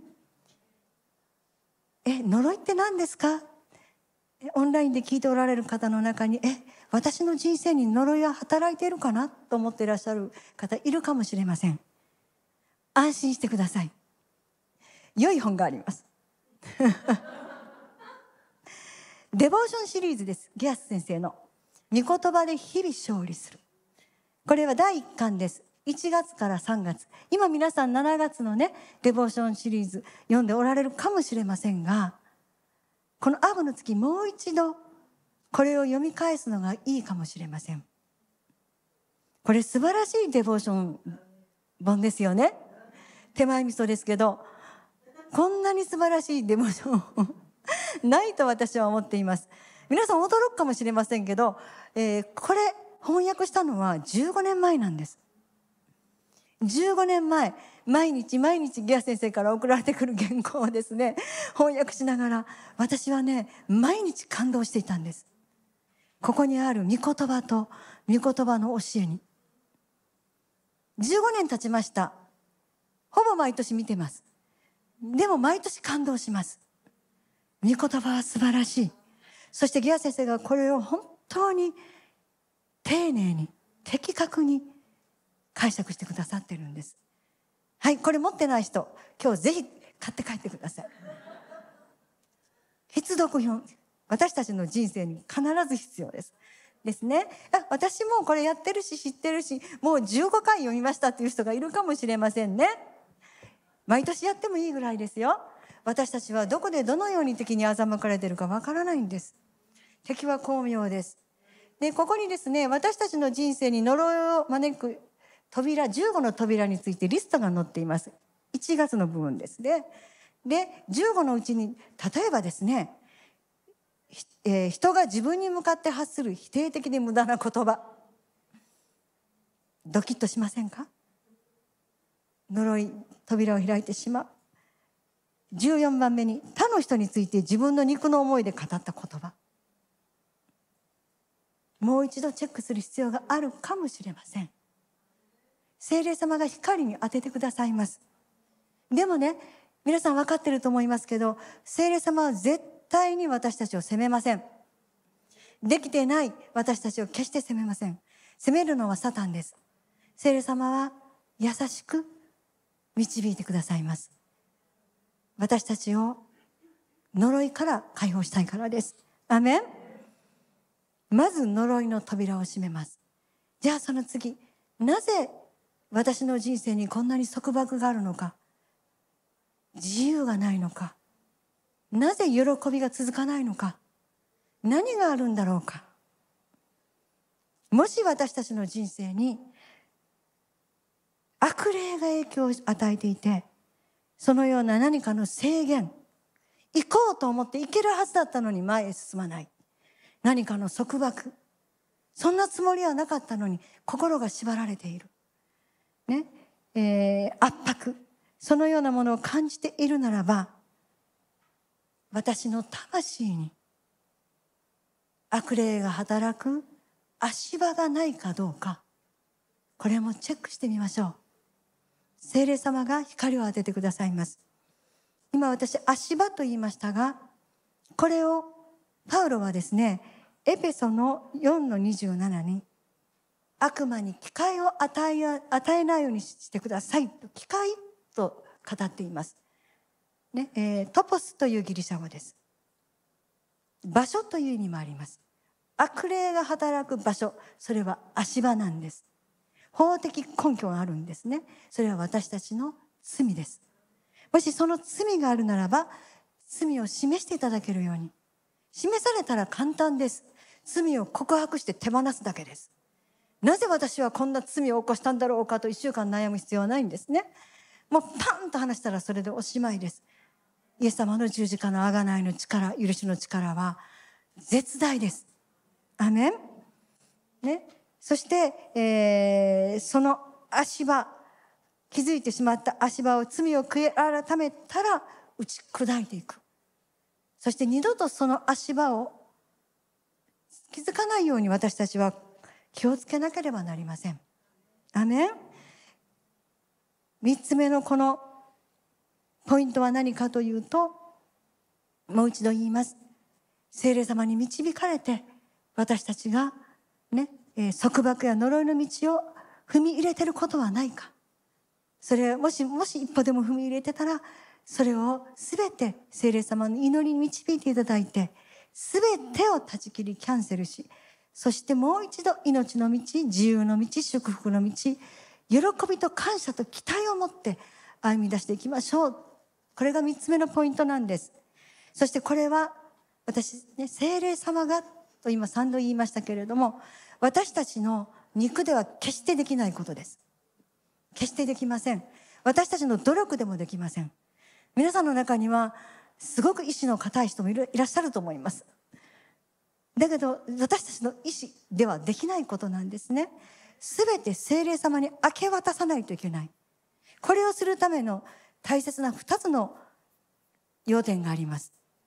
呪いって何ですか？オンラインで聞いておられる方の中に、私の人生に呪いは働いているかなと思っていらっしゃる方いるかもしれません。安心してください。良い本がありますデボーションシリーズです。ゲアス先生の御言葉で日々勝利する。これは第1巻です。1月から3月。今皆さん7月のね、デボーションシリーズ読んでおられるかもしれませんが、このアブの月もう一度これを読み返すのがいいかもしれません。これ素晴らしいデボーション本ですよね。手前味噌ですけど、こんなに素晴らしいデボーションないと私は思っています。皆さん驚くかもしれませんけど、これ翻訳したのは15年前なんです。15年前、毎日ギア先生から送られてくる原稿をですね、翻訳しながら、私はね、毎日感動していたんです。ここにある御言葉と御言葉の教えに。15年経ちました。ほぼ毎年見てます。でも毎年感動します。御言葉は素晴らしい。そしてギア先生がこれを本当に丁寧に的確に解釈してくださってるんです。はい、これ持ってない人、今日ぜひ買って帰ってください。必読本、私たちの人生に必ず必要です。ですね。私もこれやってるし知ってるし、もう15回読みましたっていう人がいるかもしれませんね。毎年やってもいいぐらいですよ。私たちはどこでどのように敵に欺かれているかわからないんです。敵は巧妙です。で、ここにですね、私たちの人生に呪いを招く扉、15の扉についてリストが載っています。1月の部分ですね。で、15のうちに、例えばですね、人が自分に向かって発する否定的で無駄な言葉。ドキッとしませんか？呪い、扉を開いてしまう。14番目に、他の人について自分の肉の思いで語った言葉。もう一度チェックする必要があるかもしれません。聖霊様が光に当ててくださいます。でもね、皆さん分かってると思いますけど、聖霊様は絶対に私たちを責めません。できてない私たちを決して責めません。責めるのはサタンです。聖霊様は優しく導いてくださいます。私たちを呪いから解放したいからです。アメン。まず呪いの扉を閉めます。じゃあその次、なぜ私の人生にこんなに束縛があるのか、自由がないのか、なぜ喜びが続かないのか、何があるんだろうか。もし私たちの人生に悪霊が影響を与えていて、そのような何かの制限、行こうと思って行けるはずだったのに前へ進まない、何かの束縛、そんなつもりはなかったのに心が縛られている、圧迫、そのようなものを感じているならば、私の魂に悪霊が働く足場がないかどうか、これもチェックしてみましょう。聖霊様が光を当ててくださいます。今私足場と言いましたが、これをパウロはですね、エペソの4の27に、悪魔に機会を与えないようにしてくださいと、機会と語っています、トポスというギリシャ語です。場所という意味もあります。悪霊が働く場所、それは足場なんです。法的根拠があるんですね。それは私たちの罪です。もしその罪があるならば、罪を示していただけるように。示されたら簡単です。罪を告白して手放すだけです。なぜ私はこんな罪を起こしたんだろうかと1週間悩む必要はないんですね。もうパンと話したらそれでおしまいです。イエス様の十字架の贖いの力、許しの力は絶大です。アメン。そして、その足場、 気づいてしまった足場を、罪を悔い改めたら打ち砕いていく。そして二度とその足場を気づかないように私たちは気をつけなければなりません。アメン。3つ目のこのポイントは何かというと、もう一度言います。聖霊様に導かれて私たちがね、束縛や呪いの道を踏み入れていることはないか。それもし一歩でも踏み入れてたら、それをすべて聖霊様の祈りに導いていただいて、すべてを断ち切りキャンセルし、そしてもう一度命の道、自由の道、祝福の道、喜びと感謝と期待を持って歩み出していきましょう。これが3つ目のポイントなんです。そしてこれは私ね、聖霊様がと今3度言いましたけれども、私たちの肉では決してできないことです。決してできません。私たちの努力でもできません。皆さんの中にはすごく意志の固い人もいらっしゃると思います。だけど私たちの意志ではできないことなんですね。すべて聖霊様に明け渡さないといけない。これをするための大切な2つの要点があります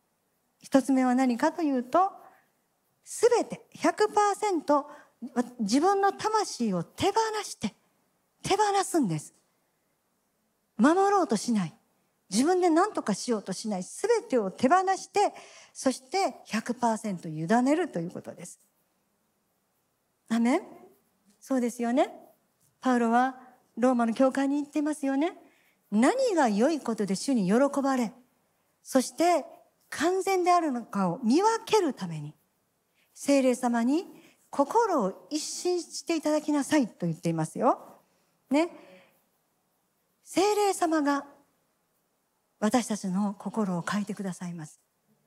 。1つ目は何かというと、すべて 100% 自分の魂を手放すんです。守ろうとしない。自分で何とかしようとしない。すべてを手放して、そして 100% 委ねるということです。アメン。そうですよね。パウロはローマの教会に行っていますよね。何が良いことで主に喜ばれ、そして完全であるのかを見分けるために、聖霊様に心を一新していただきなさいと言っていますよ。ね。聖霊様が私たちの心を変えてくださいます。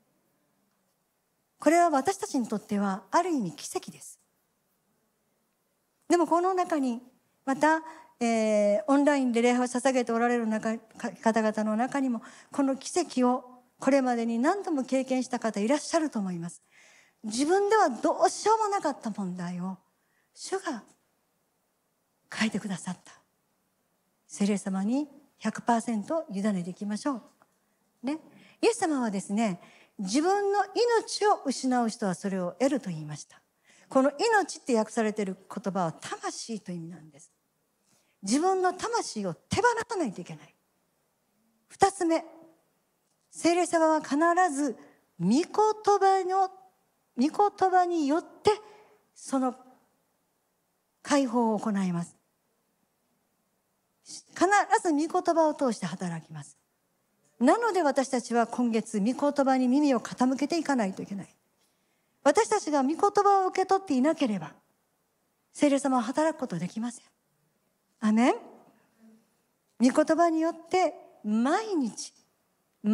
これは私たちにとってはある意味奇跡です。でもこの中にまた、オンラインで礼拝を捧げておられる方々の中にも、この奇跡をこれまでに何度も経験した方いらっしゃると思います。自分ではどうしようもなかった問題を主が変えてくださった。聖霊様に 100% 委ねていきましょう。ね。イエス様はですね、自分の命を失う人はそれを得ると言いました。この命って訳されている言葉は魂という意味なんです。自分の魂を手放さないといけない。2つ目、聖霊様は必ず御言葉によってその解放を行います。必ず御言葉を通して働きます。なので私たちは今月御言葉に耳を傾けていかないといけない。私たちが御言葉を受け取っていなければ聖霊様は働くことはできません。アメン。御言葉によって毎日日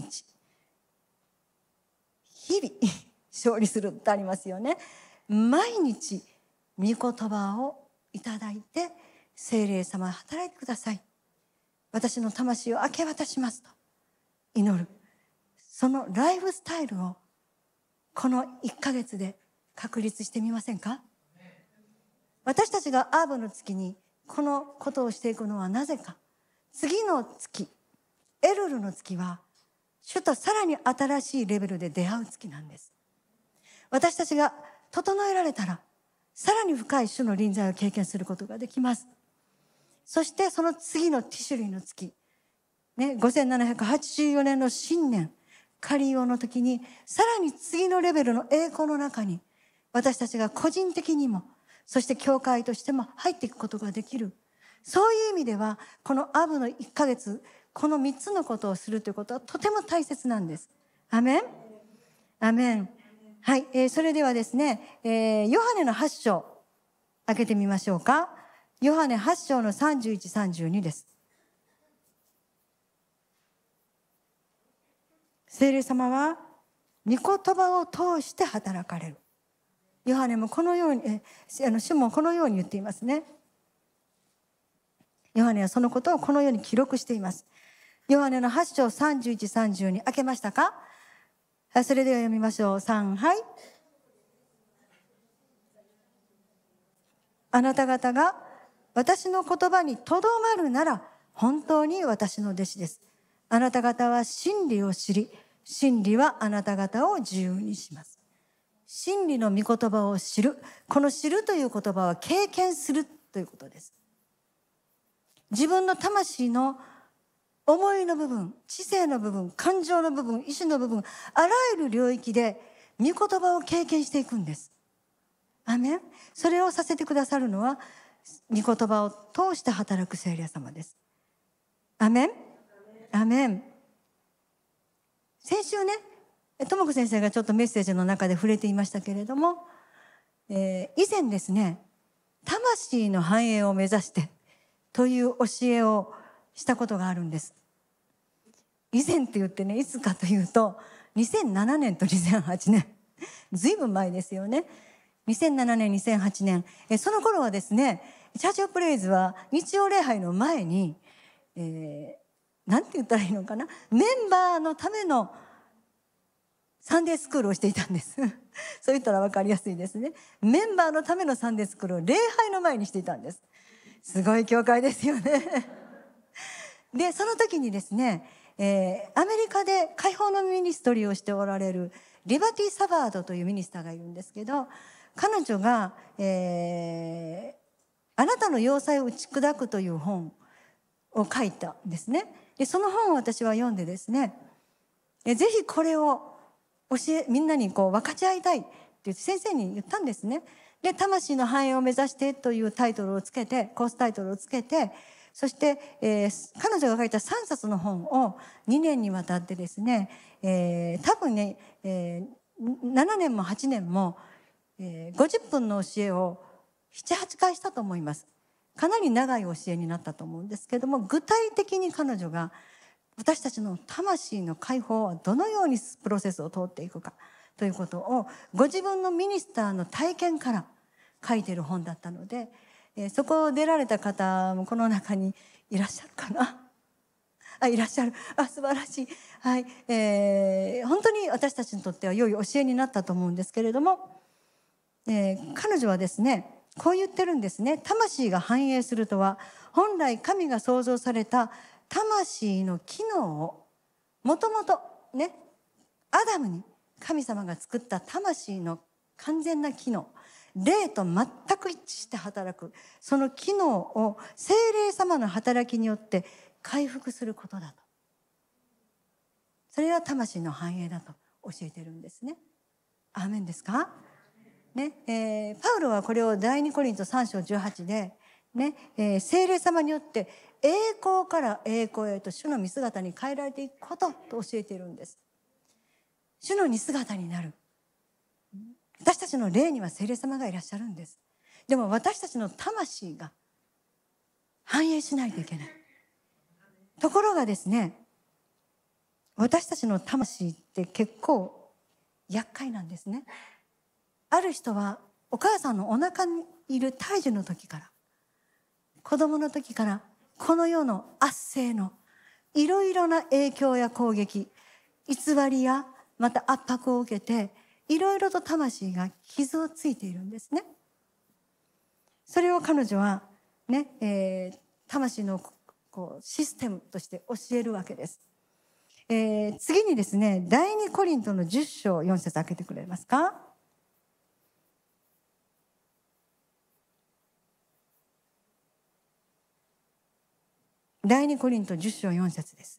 々勝利するってありますよね。毎日御言葉をいただいて、聖霊様働いてください、私の魂を明け渡しますと祈る、そのライフスタイルをこの1ヶ月で確立してみませんか。私たちがアーブの月にこのことをしていくのはなぜか。次の月、エルルの月は主とさらに新しいレベルで出会う月なんです。私たちが整えられたらさらに深い主の臨在を経験することができます。そしてその次のティシュリーの月、ね、5784年の新年カリオの時にさらに次のレベルの栄光の中に私たちが個人的にもそして教会としても入っていくことができる。そういう意味ではこのアブの1ヶ月、この3つのことをするということはとても大切なんです。アメン、アメン。はい、それではですね、ヨハネの8章開けてみましょうか。ヨハネ8章の31、32です。聖霊様は御言葉を通して働かれる。ヨハネもこのように、主もこのように言っていますね。ヨハネはそのことをこのように記録しています。ヨハネの8章31、32開けましたか。それでは読みましょう。3、はい。あなた方が私の言葉にとどまるなら本当に私の弟子です。あなた方は真理を知り、真理はあなた方を自由にします。真理の御言葉を知る。この知るという言葉は経験するということです。自分の魂の思いの部分、知性の部分、感情の部分、意志の部分、あらゆる領域で御言葉を経験していくんです。アメン。それをさせてくださるのは御言葉を通して働く聖霊様です。アメン。アメン。先週ね、智子先生がちょっとメッセージの中で触れていましたけれども、以前ですね、魂の繁栄を目指してという教えをしたことがあるんです。以前って言ってね、いつかというと2007年と2008年ずいぶん前ですよね。2007年2008年、その頃はですね、チャーチオブプレイズは日曜礼拝の前に、なんて言ったらいいのかな、メンバーのためのサンデースクールをしていたんですそう言ったら分かりやすいですね。メンバーのためのサンデースクールを礼拝の前にしていたんです。すごい教会ですよねでその時にですね、アメリカで解放のミニストリーをしておられるリバティ・サバードというミニスターがいるんですけど、彼女が、あなたの要塞を打ち砕くという本を書いたんですね。でその本を私は読んでですね、ぜひこれをみんなに分かち合いたいって言って先生に言ったんですね。で魂の繁栄を目指してというタイトルをつけて、コースタイトルをつけて、そして、彼女が書いた3冊の本を2年にわたってですね、多分ね、7年も8年も、50分の教えを 7,8 回したと思います。かなり長い教えになったと思うんですけども、具体的に彼女が私たちの魂の解放はどのようにプロセスを通っていくかということをご自分のミニスターの体験から書いている本だったので、そこを出られた方もこの中にいらっしゃるかな。いらっしゃる。素晴らしい。はい、本当に私たちにとっては良い教えになったと思うんですけれども、彼女はですね、こう言ってるんですね。魂が繁栄するとは、本来神が創造された魂の機能をもともとね、アダムに神様が作った魂の完全な機能、霊と全く一致して働くその機能を聖霊様の働きによって回復することだと。それは魂の繁栄だと教えているんですね。アーメンですかね。パウロはこれを第2コリント3章18でね、聖霊様によって栄光から栄光へと主の見姿に変えられていくことと教えているんです。主の似姿になる。私たちの霊には聖霊様がいらっしゃるんです。でも私たちの魂が繁栄しないといけない。ところがですね、私たちの魂って結構厄介なんですね。ある人はお母さんのお腹にいる胎児の時から、子供の時からこの世の圧政のいろいろな影響や攻撃、偽りやまた圧迫を受けて、いろいろと魂が傷をついているんですね。それを彼女はね、魂のシステムとして教えるわけです。次にですね、第2コリントの10章4節開けてくれますか。第2コリント10章4節です。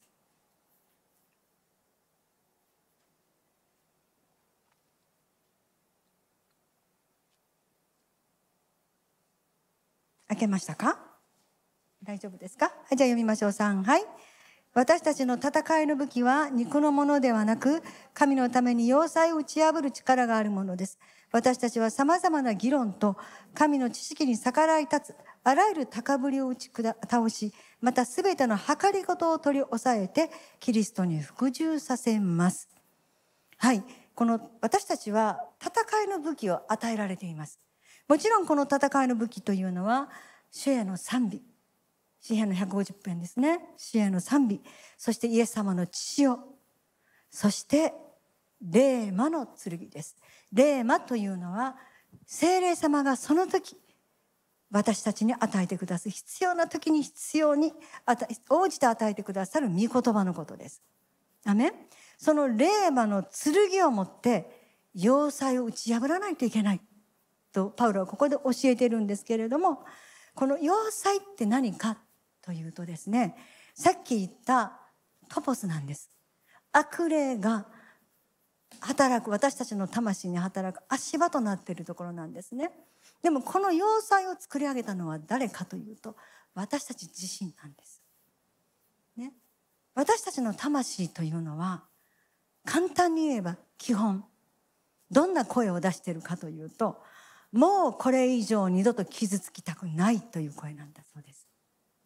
開けましたか？大丈夫ですか？はい、じゃあ読みましょう。3、はい。私たちの戦いの武器は肉のものではなく、神のために要塞を打ち破る力があるものです。私たちはさまざまな議論と神の知識に逆らい立つあらゆる高ぶりを倒し、またすべての計りごとを取り押さえてキリストに服従させます。はい、この私たちは戦いの武器を与えられています。もちろんこの戦いの武器というのは主への賛美、詩編の150編ですね。主への賛美、そしてイエス様の血潮、そして霊魔の剣です。霊魔というのは聖霊様がその時私たちに与えてくださる、必要な時に必要に応じて与えてくださる御言葉のことです。アメン。そのレーマの剣を持って要塞を打ち破らないといけないとパウロはここで教えているんですけれども、この要塞って何かというとですね、さっき言ったトポスなんです。悪霊が働く、私たちの魂に働く足場となっているところなんですね。でもこの要塞を作り上げたのは誰かというと、私たち自身なんです、ね、私たちの魂というのは簡単に言えば基本どんな声を出しているかというと、もうこれ以上二度と傷つきたくないという声なんだそうです。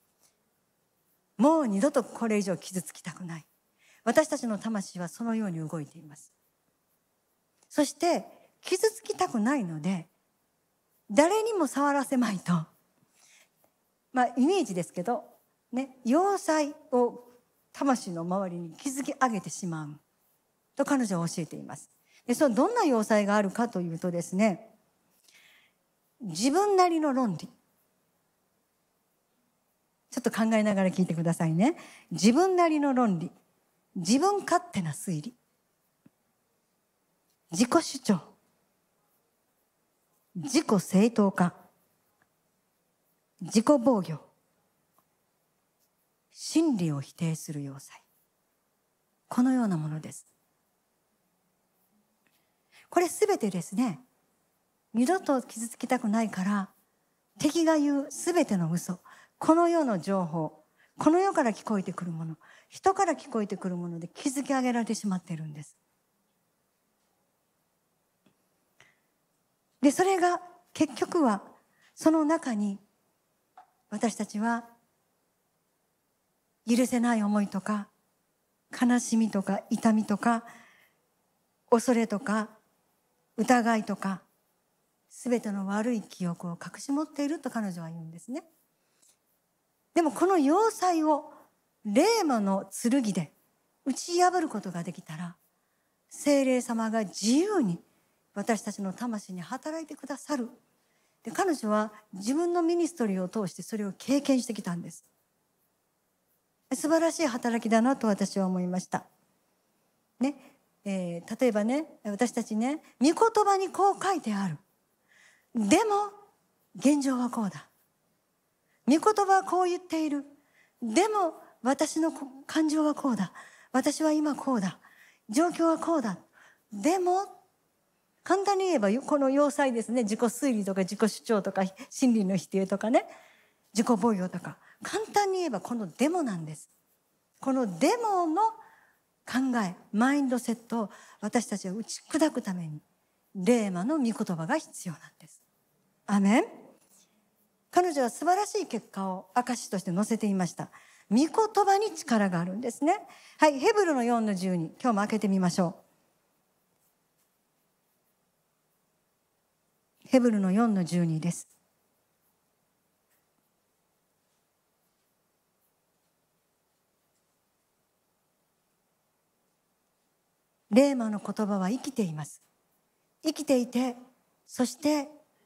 もう二度とこれ以上傷つきたくない。私たちの魂はそのように動いています。そして傷つきたくないので、誰にも触らせまいと、イメージですけどね、要塞を魂の周りに築き上げてしまうと彼女は教えています。で、そのどんな要塞があるかというとですね、自分なりの論理、ちょっと考えながら聞いてくださいね。自分なりの論理、自分勝手な推理、自己主張、自己正当化、自己防御、真理を否定する要塞、このようなものです。これすべてですね、二度と傷つきたくないから敵が言うすべての嘘、この世の情報、この世から聞こえてくるもの、人から聞こえてくるもので築き上げられてしまっているんです。で、それが結局はその中に私たちは許せない思いとか悲しみとか痛みとか恐れとか疑いとかすべての悪い記憶を隠し持っていると彼女は言うんですね。でもこの要塞をレーマの剣で打ち破ることができたら、聖霊様が自由に私たちの魂に働いてくださる。で、彼女は自分のミニストリーを通してそれを経験してきたんです。素晴らしい働きだなと私は思いましたね。例えばね、私たちね、御言葉にこう書いてある。でも現状はこうだ。御言葉はこう言っている。でも私の感情はこうだ。私は今こうだ。状況はこうだ。でも簡単に言えばこの要塞ですね、自己推理とか自己主張とか真理の否定とかね、自己防御とか、簡単に言えばこのデモなんです。このデモの考え、マインドセットを私たちは打ち砕くためにレーマの御言葉が必要なんです。アメン。彼女は素晴らしい結果を証として載せていました。御言葉に力があるんですね。はい、ヘブルの4の12、今日も開けてみましょう。ヘブルの4の12です。レーマの言葉は生きています。生きていて、そして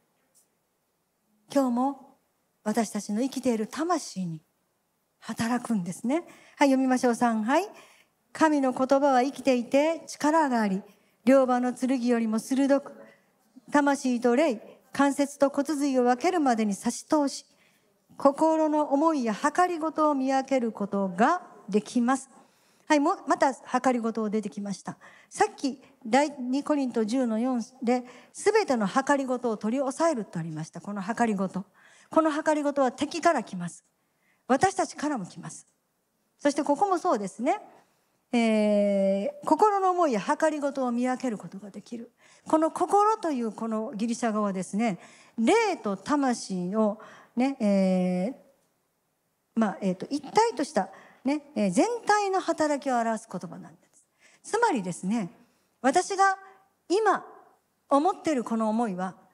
今日も私たちの生きている魂に働くんですね。はい、読みましょう。3、はい。神の言葉は生きていて力があり、両刃の剣よりも鋭く、魂と霊、関節と骨髄を分けるまでに差し通し、心の思いや計りごとを見分けることができます。はい、また計りごとを出てきました。さっき第2コリント10の4で全ての計りごとを取り押さえるとありました。この計りごと、この計りごとは敵から来ます。私たちからも来ます。そしてここもそうですね、心の思いや計りごとを見分けることができる。この心というこのギリシャ語はですね、霊と魂をね、一体としたね、全体の働きを表す言葉なんです。つまりですね、私が今思っているこの思いは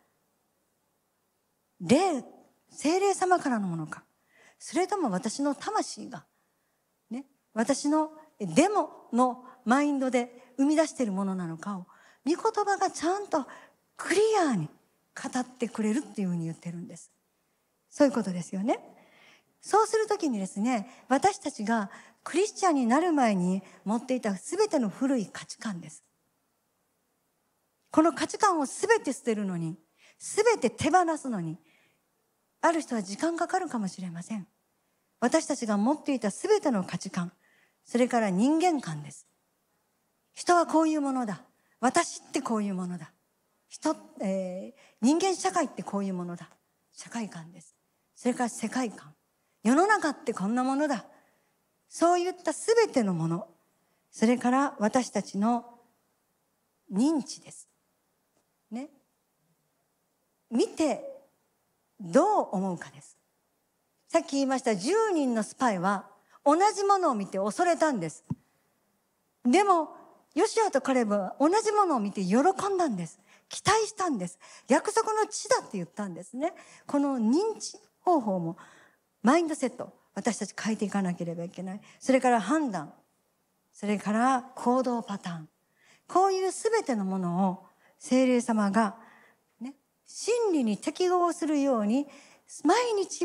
聖霊様からのものか、それとも私の魂が、ね、私のデモのマインドで生み出しているものなのかを御言葉がちゃんとクリアに語ってくれるっていうふうに言ってるんです。 そういうことですよね。そうするときにですね、私たちがクリスチャンになる前に持っていたすべての古い価値観です。この価値観をすべて捨てるのに、すべて手放すのに、ある人は時間かかるかもしれません。私たちが持っていたすべての価値観、それから人間観です。人はこういうものだ。私ってこういうものだ。人間社会ってこういうものだ。社会観です。それから世界観。世の中ってこんなものだ。そういったすべてのもの。それから私たちの認知です。ね。見てどう思うかです。さっき言いました10人のスパイは同じものを見て恐れたんです。でもヨシュアとカレブは同じものを見て喜んだんです。期待したんです。約束の地だって言ったんですね。この認知方法もマインドセット、私たち変えていかなければいけない。それから判断、それから行動パターン、こういうすべてのものを聖霊様が、ね、真理に適合するように毎日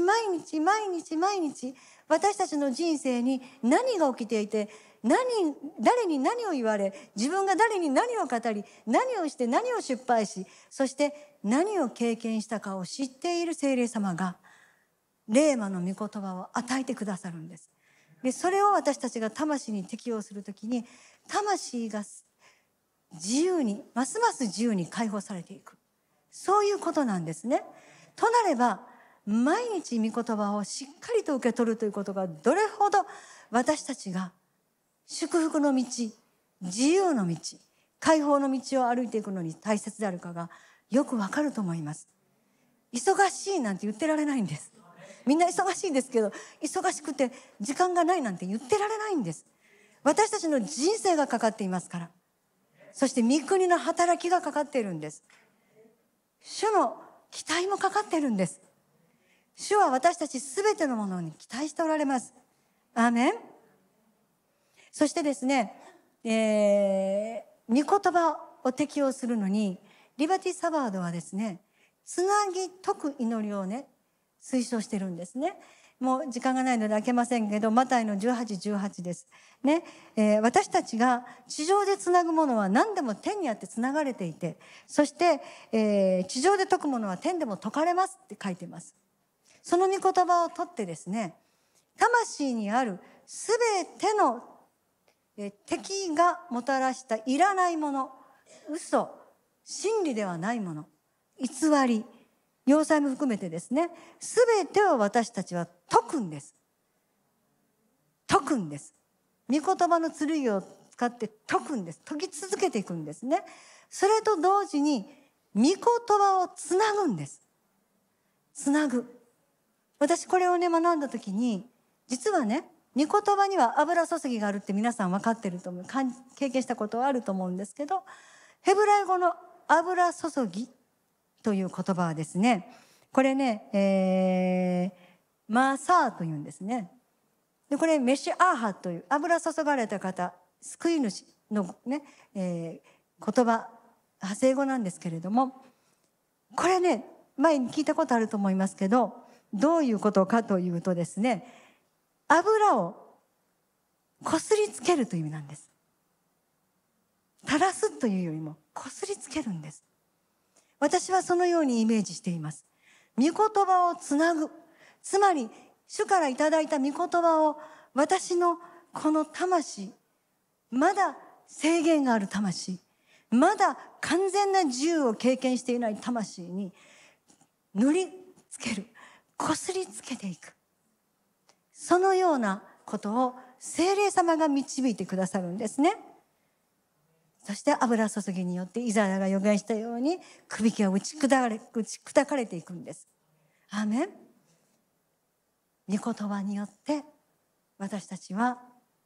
私たちの人生に何が起きていて、誰に何を言われ、自分が誰に何を語り、何をして何を失敗し、そして何を経験したかを知っている聖霊様がレーマの御言葉を与えてくださるんです。でそれを私たちが魂に適応するときに、魂が自由に、ますます自由に解放されていく、そういうことなんですね。となれば毎日御言葉をしっかりと受け取るということがどれほど私たちが祝福の道、自由の道、解放の道を歩いていくのに大切であるかがよくわかると思います。忙しいなんて言ってられないんです。みんな忙しいですけど、忙しくて時間がないなんて言ってられないんです。私たちの人生がかかっていますから。そして御国の働きがかかっているんです。主の期待もかかっているんです。主は私たちすべてのものに期待しておられます。アーメン。そしてですね、御言葉を適用するのにリバティサバードはですね、つなぎ解く祈りをね推奨してるんですね。もう時間がないので開けませんけど、マタイの18:18ですね。私たちが地上でつなぐものは何でも天にあってつながれていて、そして、地上で解くものは天でも解かれますって書いています。その御言葉を取ってですね、魂にあるすべての敵がもたらしたいらないもの、嘘、真理ではないもの、偽り、要塞も含めてですね、すべてを私たちは解くんです。解くんです。御言葉の剣を使って解くんです。解き続けていくんですね。それと同時に御言葉をつなぐんです。つなぐ。私これをね学んだ時に、実はね、御言葉には油注ぎがあるって皆さん分かってると思う、経験したことはあると思うんですけど、ヘブライ語の油注ぎという言葉はですね、これね、マーサーというんですね。でこれメシアーハという油注がれた方、救い主のね、言葉、派生語なんですけれども、これね前に聞いたことあると思いますけど、どういうことかというとですね、油をこすりつけるという意味なんです。垂らすというよりもこすりつけるんです。私はそのようにイメージしています。御言葉をつなぐ、つまり主からいただいた御言葉を私のこの魂、まだ制限がある魂、まだ完全な自由を経験していない魂に塗りつける、こすりつけていく、そのようなことを聖霊様が導いてくださるんですね。そして油注ぎによってイザヤが予言したようにくびきが打ち砕かれていくんです。アーメン。御言葉によって私たちは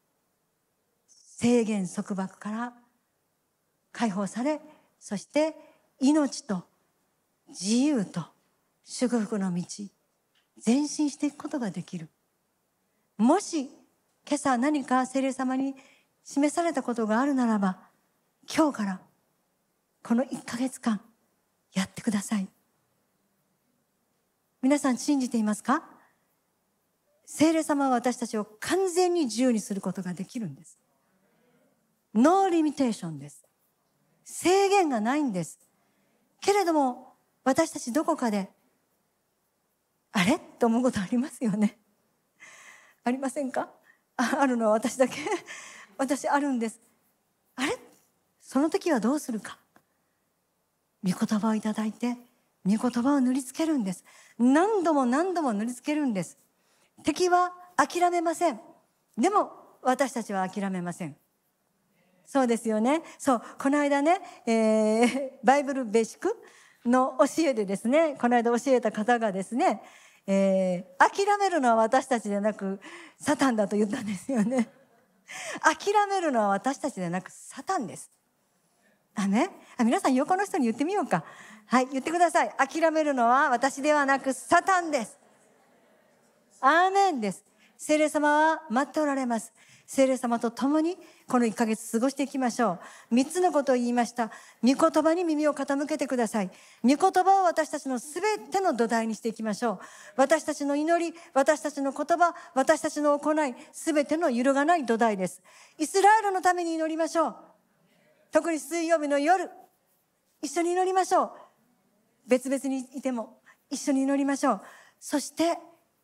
制限束縛から解放され、そして命と自由と祝福の道、前進していくことができる。もし今朝何か聖霊様に示されたことがあるならば、今日からこの1ヶ月間やってください。 皆さん信じていますか？聖霊様は私たちを完全に自由にすることができるんです。ノーリミテーションです。制限がないんです。けれども私たちどこかであれと思うことありますよね。ありませんか？あるのは私だけ私あるんです。あれ、その時はどうするか。御言葉をいただいて御言葉を塗りつけるんです。何度も何度も塗りつけるんです。敵は諦めません。でも私たちは諦めません。そうですよね。そう、この間ね、バイブルベーシックの教えでですね、この間教えた方がですね、諦めるのは私たちでなくサタンだと言ったんですよね。諦めるのは私たちでなくサタンです。皆さん横の人に言ってみようか。はい、言ってください。諦めるのは私ではなくサタンです。アーメンです。聖霊様は待っておられます。聖霊様と共にこの1ヶ月過ごしていきましょう。3つのことを言いました。御言葉に耳を傾けてください。御言葉を私たちのすべての土台にしていきましょう。私たちの祈り、私たちの言葉、私たちの行い、すべての揺るがない土台です。イスラエルのために祈りましょう。特に水曜日の夜、一緒に祈りましょう。別々にいても一緒に祈りましょう。そして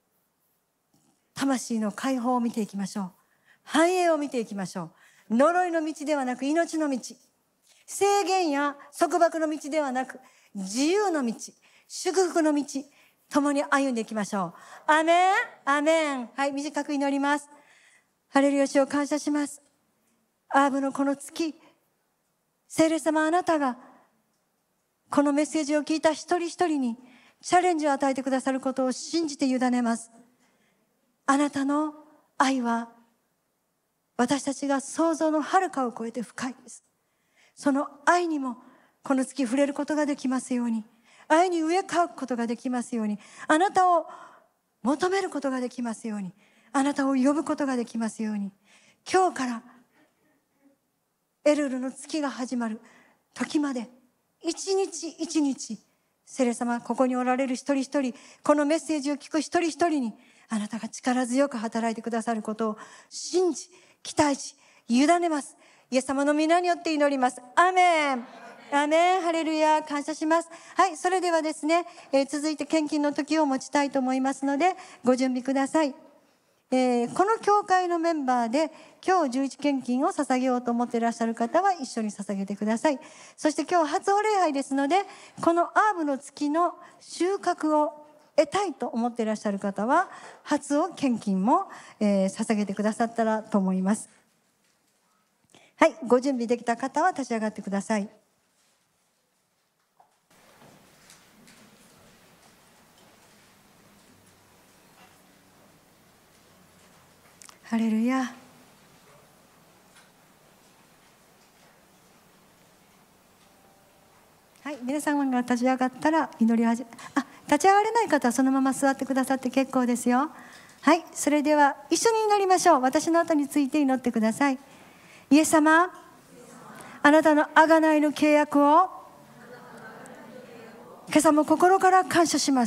魂の解放を見ていきましょう。繁栄を見ていきましょう。呪いの道ではなく命の道、制限や束縛の道ではなく自由の道、祝福の道、共に歩んでいきましょう。アメン、アメン。はい、短く祈ります。ハレルヤ、主を感謝します。アーブのこの月、聖霊様、あなたがこのメッセージを聞いた一人一人にチャレンジを与えてくださることを信じて委ねます。あなたの愛は私たちが想像の遥かを超えて深いです。その愛にもこの月触れることができますように、愛に植え替うことができますように、あなたを求めることができますように、あなたを呼ぶことができますように、今日からエルルの月が始まる時まで一日一日、聖霊様、ここにおられる一人一人、このメッセージを聞く一人一人にあなたが力強く働いてくださることを信じ、期待し、委ねます。イエス様の皆によって祈ります。アーメン、アーメン、ハレルヤ、感謝します。はい、それではですね、続いて献金の時を持ちたいと思いますのでご準備ください。この教会のメンバーで今日11献金を捧げようと思っていらっしゃる方は一緒に捧げてください。そして今日初お礼拝ですので、このアーブの月の収穫を得たいと思っていらっしゃる方は初お献金も、捧げてくださったらと思います。はい、ご準備できた方は立ち上がってください。ハレルヤ。はい、皆様が立ち上がったら祈り立ち上がれない方はそのまま座ってくださって結構ですよ。はい、それでは一緒に祈りましょう。私の後について祈ってください。イエス様、あなたの贖いの契約を今朝も心から感謝します。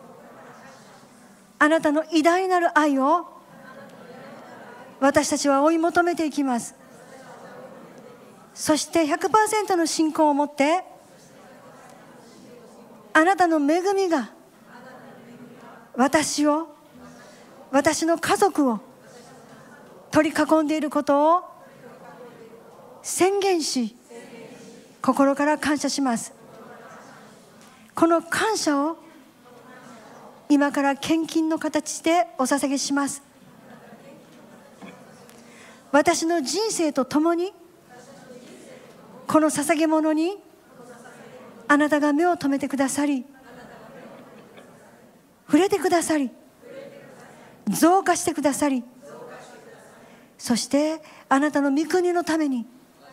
あなたの偉大なる愛を私たちは追い求めていきます。そして 100% の信仰を持ってあなたの恵みが私を、私の家族を取り囲んでいることを宣言し、心から感謝します。この感謝を今から献金の形でお捧げします。私の人生とともにこの捧げ物にあなたが目を留めてくださり、触れてくださり、増加してくださり、そしてあなたの御国のために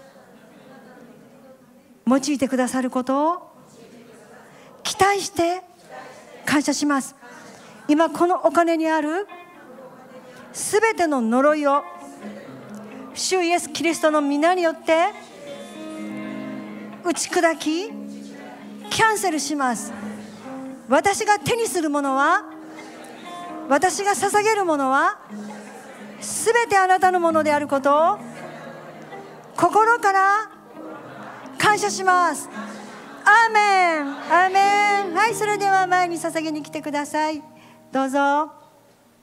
用いてくださることを期待して感謝します。今このお金にあるすべての呪いを主イエス・キリストの皆によって打ち砕きキャンセルします。 私が手にするものは、私が捧げるものはすべてあなたのものであることを心から感謝します。アーメン、アーメン。はい、それでは前に捧げに来てください。どうぞ。